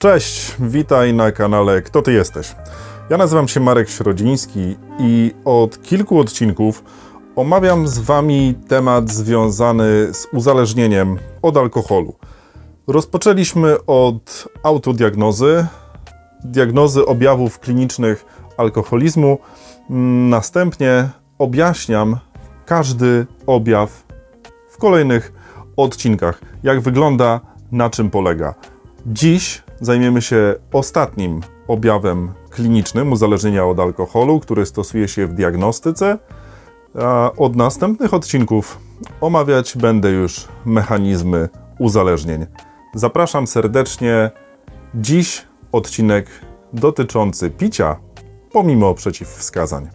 Cześć, witaj na kanale Kto Ty Jesteś? Ja nazywam się Marek Środziński i od kilku odcinków omawiam z Wami temat związany z uzależnieniem od alkoholu. Rozpoczęliśmy od autodiagnozy, diagnozy objawów klinicznych alkoholizmu. Następnie objaśniam każdy objaw w kolejnych odcinkach, jak wygląda, na czym polega. Dziś zajmiemy się ostatnim objawem klinicznym uzależnienia od alkoholu, który stosuje się w diagnostyce, a od następnych odcinków omawiać będę już mechanizmy uzależnień. Zapraszam serdecznie. Dziś odcinek dotyczący picia pomimo przeciwwskazań.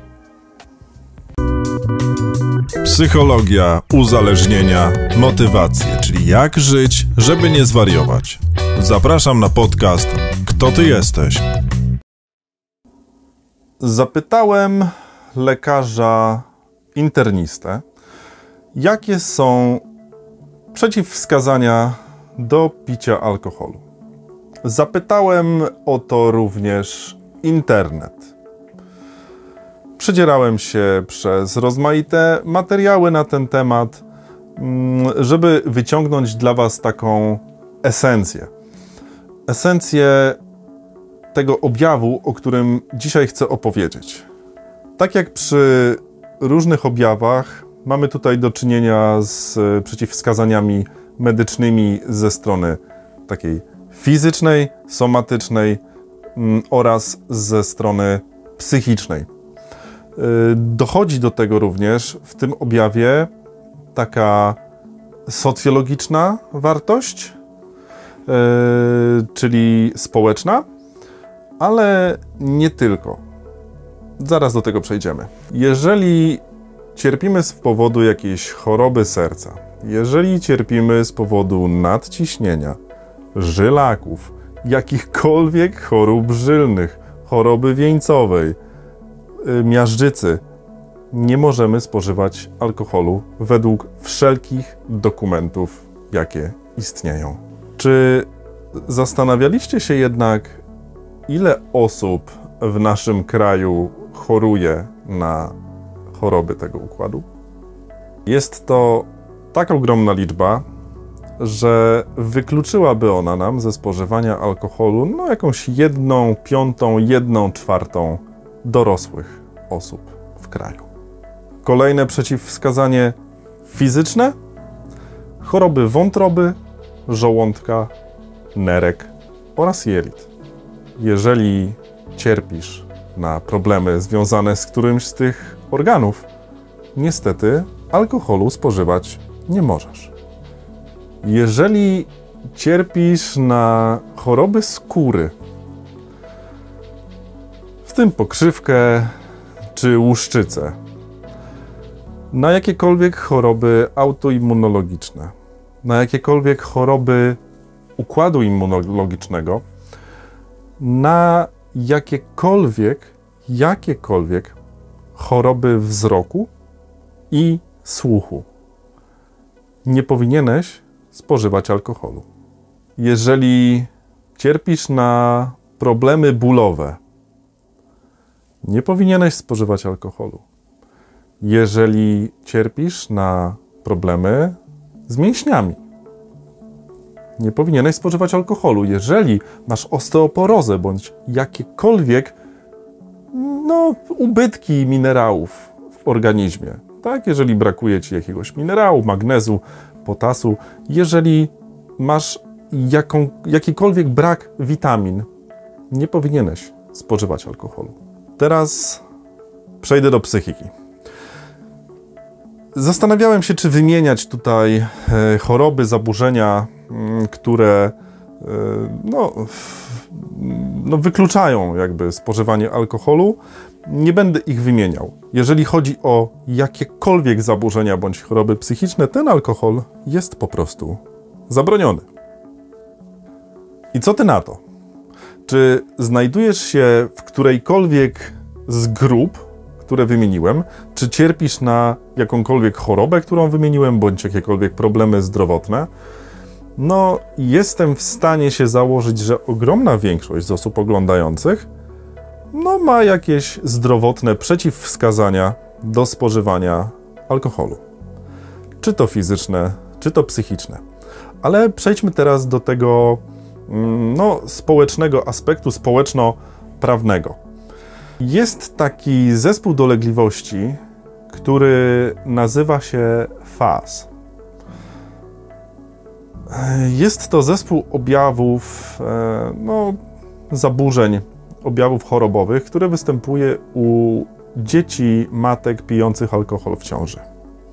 Psychologia uzależnienia, motywacje, czyli jak żyć, żeby nie zwariować. Zapraszam na podcast Kto Ty Jesteś? Zapytałem lekarza internistę, jakie są przeciwwskazania do picia alkoholu. Zapytałem o to również internet. Przedzierałem się przez rozmaite materiały na ten temat, żeby wyciągnąć dla Was taką esencję. Esencję tego objawu, o którym dzisiaj chcę opowiedzieć. Tak jak przy różnych objawach, mamy tutaj do czynienia z przeciwwskazaniami medycznymi ze strony takiej fizycznej, somatycznej oraz ze strony psychicznej. Dochodzi do tego również w tym objawie taka socjologiczna wartość, czyli społeczna, ale nie tylko. Zaraz do tego przejdziemy. Jeżeli cierpimy z powodu jakiejś choroby serca, jeżeli cierpimy z powodu nadciśnienia, żylaków, jakichkolwiek chorób żylnych, choroby wieńcowej, miażdżycy, nie możemy spożywać alkoholu według wszelkich dokumentów, jakie istnieją. Czy zastanawialiście się jednak, ile osób w naszym kraju choruje na choroby tego układu? Jest to tak ogromna liczba, że wykluczyłaby ona nam ze spożywania alkoholu jakąś 1/5, 1/4 dorosłych osób w kraju. Kolejne przeciwwskazanie fizyczne: choroby wątroby, żołądka, nerek oraz jelit. Jeżeli cierpisz na problemy związane z którymś z tych organów, niestety alkoholu spożywać nie możesz. Jeżeli cierpisz na choroby skóry, w tym pokrzywkę czy łuszczycę, na jakiekolwiek choroby autoimmunologiczne, na jakiekolwiek choroby układu immunologicznego, na jakiekolwiek choroby wzroku i słuchu, nie powinieneś spożywać alkoholu. Jeżeli cierpisz na problemy bólowe, nie powinieneś spożywać alkoholu. Jeżeli cierpisz na problemy z mięśniami, nie powinieneś spożywać alkoholu. Jeżeli masz osteoporozę bądź jakiekolwiek ubytki minerałów w organizmie, tak? Jeżeli brakuje Ci jakiegoś minerału, magnezu, potasu, jeżeli masz jakikolwiek brak witamin, nie powinieneś spożywać alkoholu. Teraz przejdę do psychiki. Zastanawiałem się, czy wymieniać tutaj choroby, zaburzenia, które wykluczają jakby spożywanie alkoholu. Nie będę ich wymieniał. Jeżeli chodzi o jakiekolwiek zaburzenia bądź choroby psychiczne, ten alkohol jest po prostu zabroniony. I co ty na to? Czy znajdujesz się w którejkolwiek z grup, które wymieniłem? Czy cierpisz na jakąkolwiek chorobę, którą wymieniłem, bądź jakiekolwiek problemy zdrowotne? No, jestem w stanie się założyć, że ogromna większość z osób oglądających no, ma jakieś zdrowotne przeciwwskazania do spożywania alkoholu. Czy to fizyczne, czy to psychiczne. Ale przejdźmy teraz do tego no, społecznego aspektu, społeczno-prawnego. Jest taki zespół dolegliwości, który nazywa się FAS. Jest to zespół objawów, no, zaburzeń, objawów chorobowych, które występuje u dzieci matek pijących alkohol w ciąży.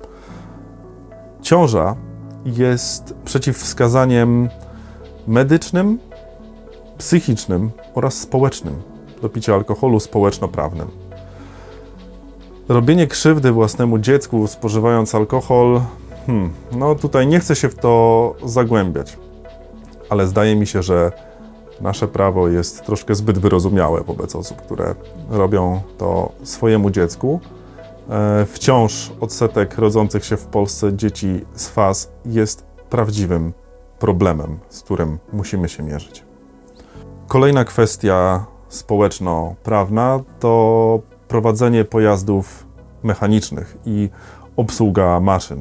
Ciąża jest przeciwwskazaniem medycznym, psychicznym oraz społecznym do picia alkoholu, społeczno-prawnym. Robienie krzywdy własnemu dziecku spożywając alkohol, no tutaj nie chcę się w to zagłębiać, ale zdaje mi się, że nasze prawo jest troszkę zbyt wyrozumiałe wobec osób, które robią to swojemu dziecku. Wciąż odsetek rodzących się w Polsce dzieci z FAS jest prawdziwym problemem, z którym musimy się mierzyć. Kolejna kwestia społeczno-prawna to prowadzenie pojazdów mechanicznych i obsługa maszyn.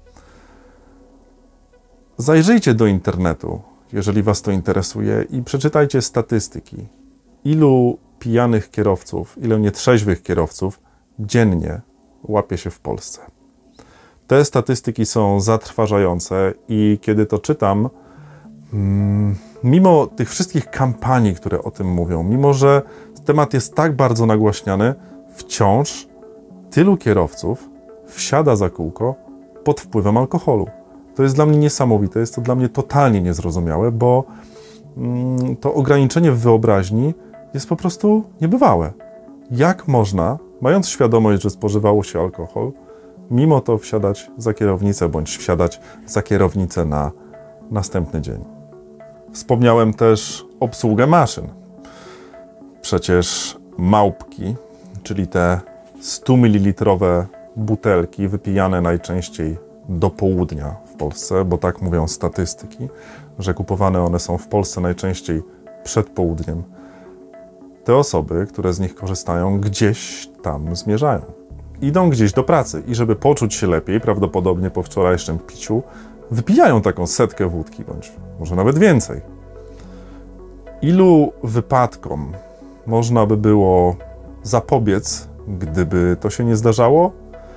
Zajrzyjcie do internetu, jeżeli Was to interesuje, i przeczytajcie statystyki. Ilu pijanych kierowców, ilu nietrzeźwych kierowców dziennie łapie się w Polsce. Te statystyki są zatrważające i kiedy to czytam, mimo tych wszystkich kampanii, które o tym mówią, mimo że temat jest tak bardzo nagłaśniany, wciąż tylu kierowców wsiada za kółko pod wpływem alkoholu. To jest dla mnie niesamowite, jest to dla mnie totalnie niezrozumiałe, bo to ograniczenie w wyobraźni jest po prostu niebywałe. Jak można, mając świadomość, że spożywało się alkohol, mimo to wsiadać za kierownicę bądź wsiadać za kierownicę na następny dzień? Wspomniałem też obsługę maszyn. Przecież małpki, czyli te 100 ml butelki wypijane najczęściej do południa w Polsce, bo tak mówią statystyki, że kupowane one są w Polsce najczęściej przed południem. Te osoby, które z nich korzystają, gdzieś tam zmierzają. Idą gdzieś do pracy i żeby poczuć się lepiej, prawdopodobnie po wczorajszym piciu, wypijają taką setkę wódki, bądź może nawet więcej. Ilu wypadkom można by było zapobiec, gdyby to się nie zdarzało?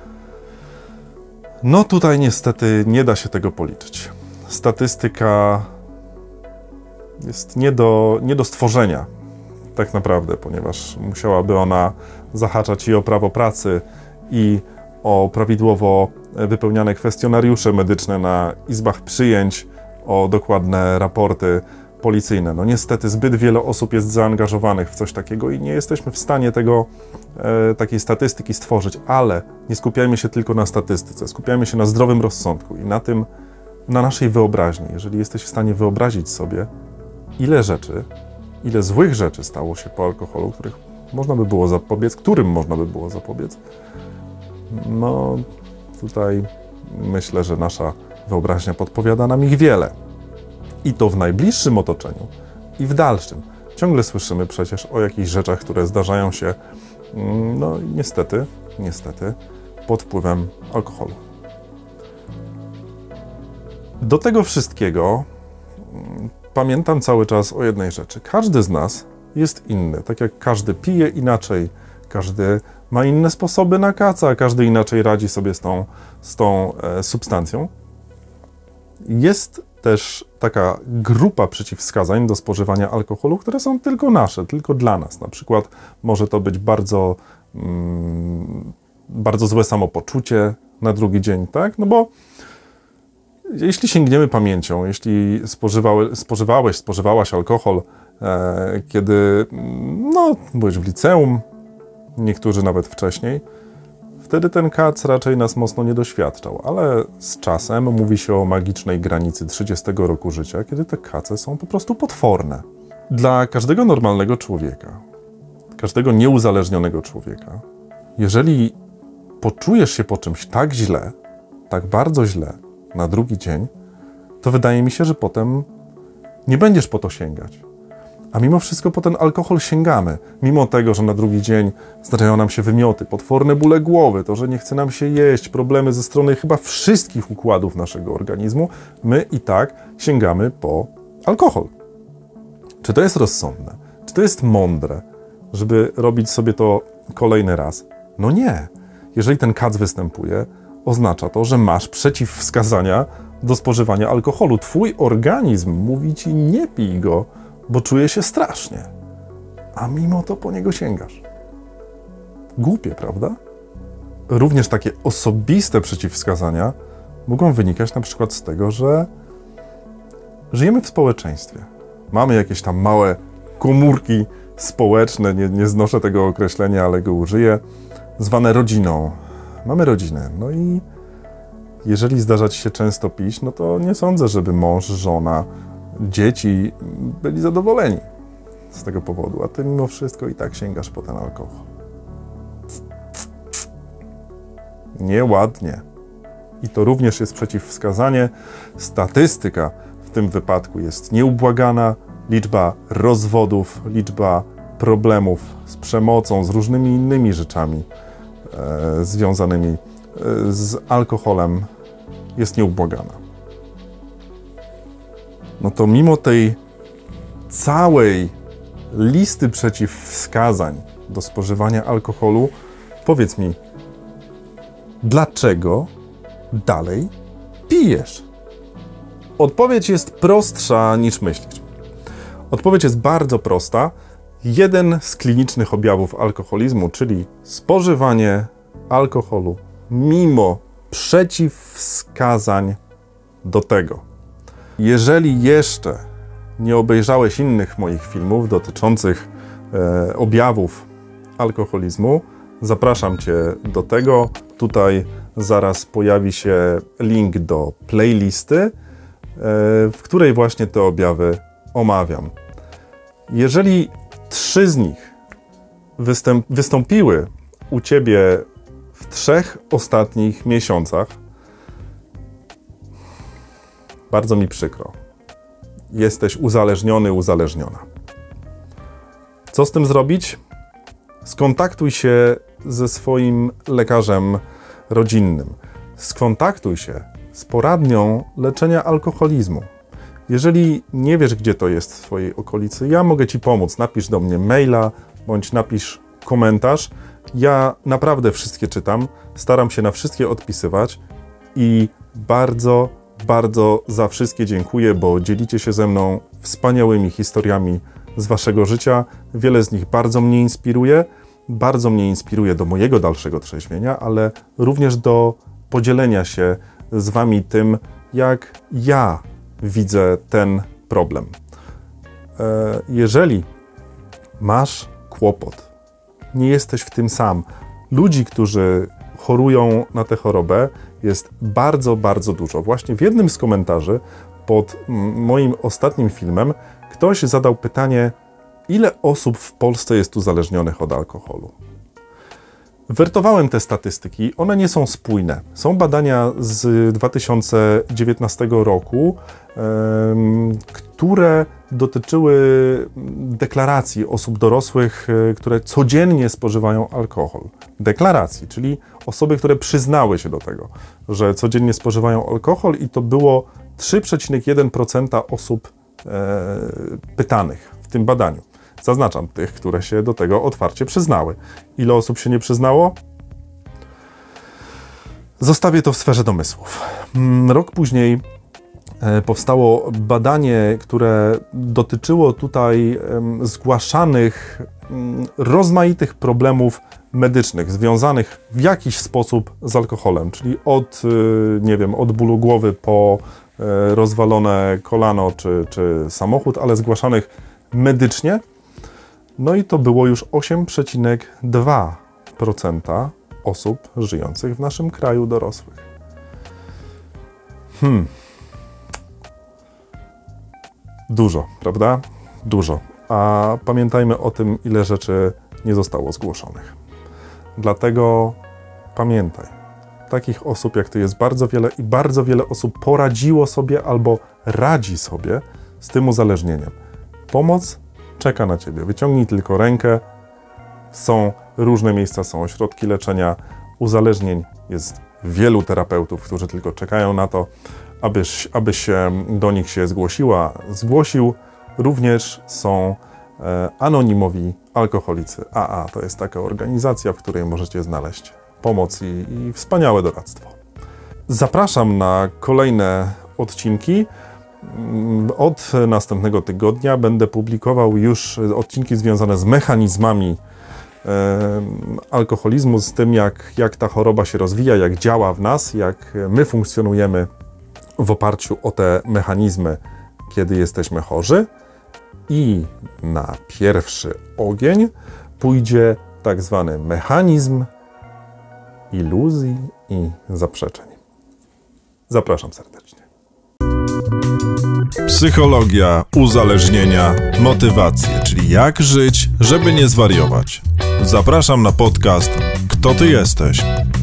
No tutaj niestety nie da się tego policzyć. Statystyka jest nie do stworzenia tak naprawdę, ponieważ musiałaby ona zahaczać i o prawo pracy, i o prawidłowo wypełniane kwestionariusze medyczne na izbach przyjęć, o dokładne raporty policyjne. No niestety zbyt wiele osób jest zaangażowanych w coś takiego i nie jesteśmy w stanie takiej statystyki stworzyć, ale nie skupiajmy się tylko na statystyce, skupiajmy się na zdrowym rozsądku i na tym, na naszej wyobraźni. Jeżeli jesteś w stanie wyobrazić sobie, ile złych rzeczy stało się po alkoholu, którym można by było zapobiec, no tutaj myślę, że nasza wyobraźnia podpowiada nam ich wiele. I to w najbliższym otoczeniu i w dalszym. Ciągle słyszymy przecież o jakichś rzeczach, które zdarzają się, no niestety, pod wpływem alkoholu. Do tego wszystkiego pamiętam cały czas o jednej rzeczy. Każdy z nas jest inny. Tak jak każdy pije inaczej, każdy ma inne sposoby na kaca, każdy inaczej radzi sobie z tą substancją. Jest też taka grupa przeciwwskazań do spożywania alkoholu, które są tylko nasze, tylko dla nas. Na przykład może to być bardzo złe samopoczucie na drugi dzień, tak? No bo jeśli sięgniemy pamięcią, jeśli spożywałaś alkohol, kiedy byłeś w liceum, niektórzy nawet wcześniej, wtedy ten kac raczej nas mocno nie doświadczał, ale z czasem mówi się o magicznej granicy 30 roku życia, kiedy te kace są po prostu potworne. Dla każdego normalnego człowieka, każdego nieuzależnionego człowieka, jeżeli poczujesz się po czymś tak źle, tak bardzo źle na drugi dzień, to wydaje mi się, że potem nie będziesz po to sięgać. A mimo wszystko po ten alkohol sięgamy. Mimo tego, że na drugi dzień zdarzają nam się wymioty, potworne bóle głowy, to, że nie chce nam się jeść, problemy ze strony chyba wszystkich układów naszego organizmu, my i tak sięgamy po alkohol. Czy to jest rozsądne? Czy to jest mądre, żeby robić sobie to kolejny raz? No nie. Jeżeli ten kac występuje, oznacza to, że masz przeciwwskazania do spożywania alkoholu. Twój organizm mówi ci: nie pij go, bo czuje się strasznie. A mimo to po niego sięgasz. Głupie, prawda? Również takie osobiste przeciwwskazania mogą wynikać na przykład z tego, że żyjemy w społeczeństwie. Mamy jakieś tam małe komórki społeczne, nie znoszę tego określenia, ale go użyję, zwane rodziną. Mamy rodzinę, no i jeżeli zdarza ci się często pić, no to nie sądzę, żeby mąż, żona, dzieci byli zadowoleni z tego powodu, a ty mimo wszystko i tak sięgasz po ten alkohol. Nieładnie. I to również jest przeciwwskazanie. Statystyka w tym wypadku jest nieubłagana. Liczba rozwodów, liczba problemów z przemocą, z różnymi innymi rzeczami związanymi z alkoholem jest nieubłagana. No to mimo tej całej listy przeciwwskazań do spożywania alkoholu, powiedz mi, dlaczego dalej pijesz? Odpowiedź jest prostsza niż myślisz. Odpowiedź jest bardzo prosta. Jeden z klinicznych objawów alkoholizmu, czyli spożywanie alkoholu mimo przeciwwskazań do tego. Jeżeli jeszcze nie obejrzałeś innych moich filmów dotyczących objawów alkoholizmu, zapraszam Cię do tego. Tutaj zaraz pojawi się link do playlisty, w której właśnie te objawy omawiam. Jeżeli 3 z nich wystąpiły u Ciebie w 3 ostatnich miesiącach, bardzo mi przykro. Jesteś uzależniony, uzależniona. Co z tym zrobić? Skontaktuj się ze swoim lekarzem rodzinnym. Skontaktuj się z poradnią leczenia alkoholizmu. Jeżeli nie wiesz, gdzie to jest w Twojej okolicy, ja mogę Ci pomóc. Napisz do mnie maila, bądź napisz komentarz. Ja naprawdę wszystkie czytam, staram się na wszystkie odpisywać i bardzo, bardzo za wszystkie dziękuję, bo dzielicie się ze mną wspaniałymi historiami z Waszego życia. Wiele z nich bardzo mnie inspiruje do mojego dalszego trzeźwienia, ale również do podzielenia się z Wami tym, jak ja widzę ten problem. Jeżeli masz kłopot, nie jesteś w tym sam. Ludzi, którzy chorują na tę chorobę, jest bardzo, bardzo dużo. Właśnie w jednym z komentarzy pod moim ostatnim filmem ktoś zadał pytanie, ile osób w Polsce jest uzależnionych od alkoholu. Wertowałem te statystyki, one nie są spójne. Są badania z 2019 roku, które dotyczyły deklaracji osób dorosłych, które codziennie spożywają alkohol. Deklaracji, czyli osoby, które przyznały się do tego, że codziennie spożywają alkohol i to było 3,1% osób pytanych w tym badaniu. Zaznaczam tych, które się do tego otwarcie przyznały. Ile osób się nie przyznało? Zostawię to w sferze domysłów. Rok później powstało badanie, które dotyczyło tutaj zgłaszanych rozmaitych problemów medycznych związanych w jakiś sposób z alkoholem, czyli od, nie wiem, od bólu głowy po rozwalone kolano czy samochód, ale zgłaszanych medycznie. No i to było już 8,2% osób żyjących w naszym kraju dorosłych. Dużo, prawda? Dużo. A pamiętajmy o tym, ile rzeczy nie zostało zgłoszonych. Dlatego pamiętaj, Takich osób jak ty jest bardzo wiele i bardzo wiele osób poradziło sobie albo radzi sobie z tym uzależnieniem. Pomoc czeka na ciebie. Wyciągnij tylko rękę. Są różne miejsca, są ośrodki leczenia uzależnień. Jest wielu terapeutów, którzy tylko czekają na to, abyś się do nich się zgłosił. Również są anonimowi alkoholicy. AA to jest taka organizacja, w której możecie znaleźć pomoc i wspaniałe doradztwo. Zapraszam na kolejne odcinki. Od następnego tygodnia będę publikował już odcinki związane z mechanizmami alkoholizmu, z tym jak ta choroba się rozwija, jak działa w nas, jak my funkcjonujemy w oparciu o te mechanizmy, kiedy jesteśmy chorzy. I na pierwszy ogień pójdzie tak zwany mechanizm iluzji i zaprzeczeń. Zapraszam serdecznie. Psychologia uzależnienia, motywacje, czyli jak żyć, żeby nie zwariować. Zapraszam na podcast Kto ty jesteś?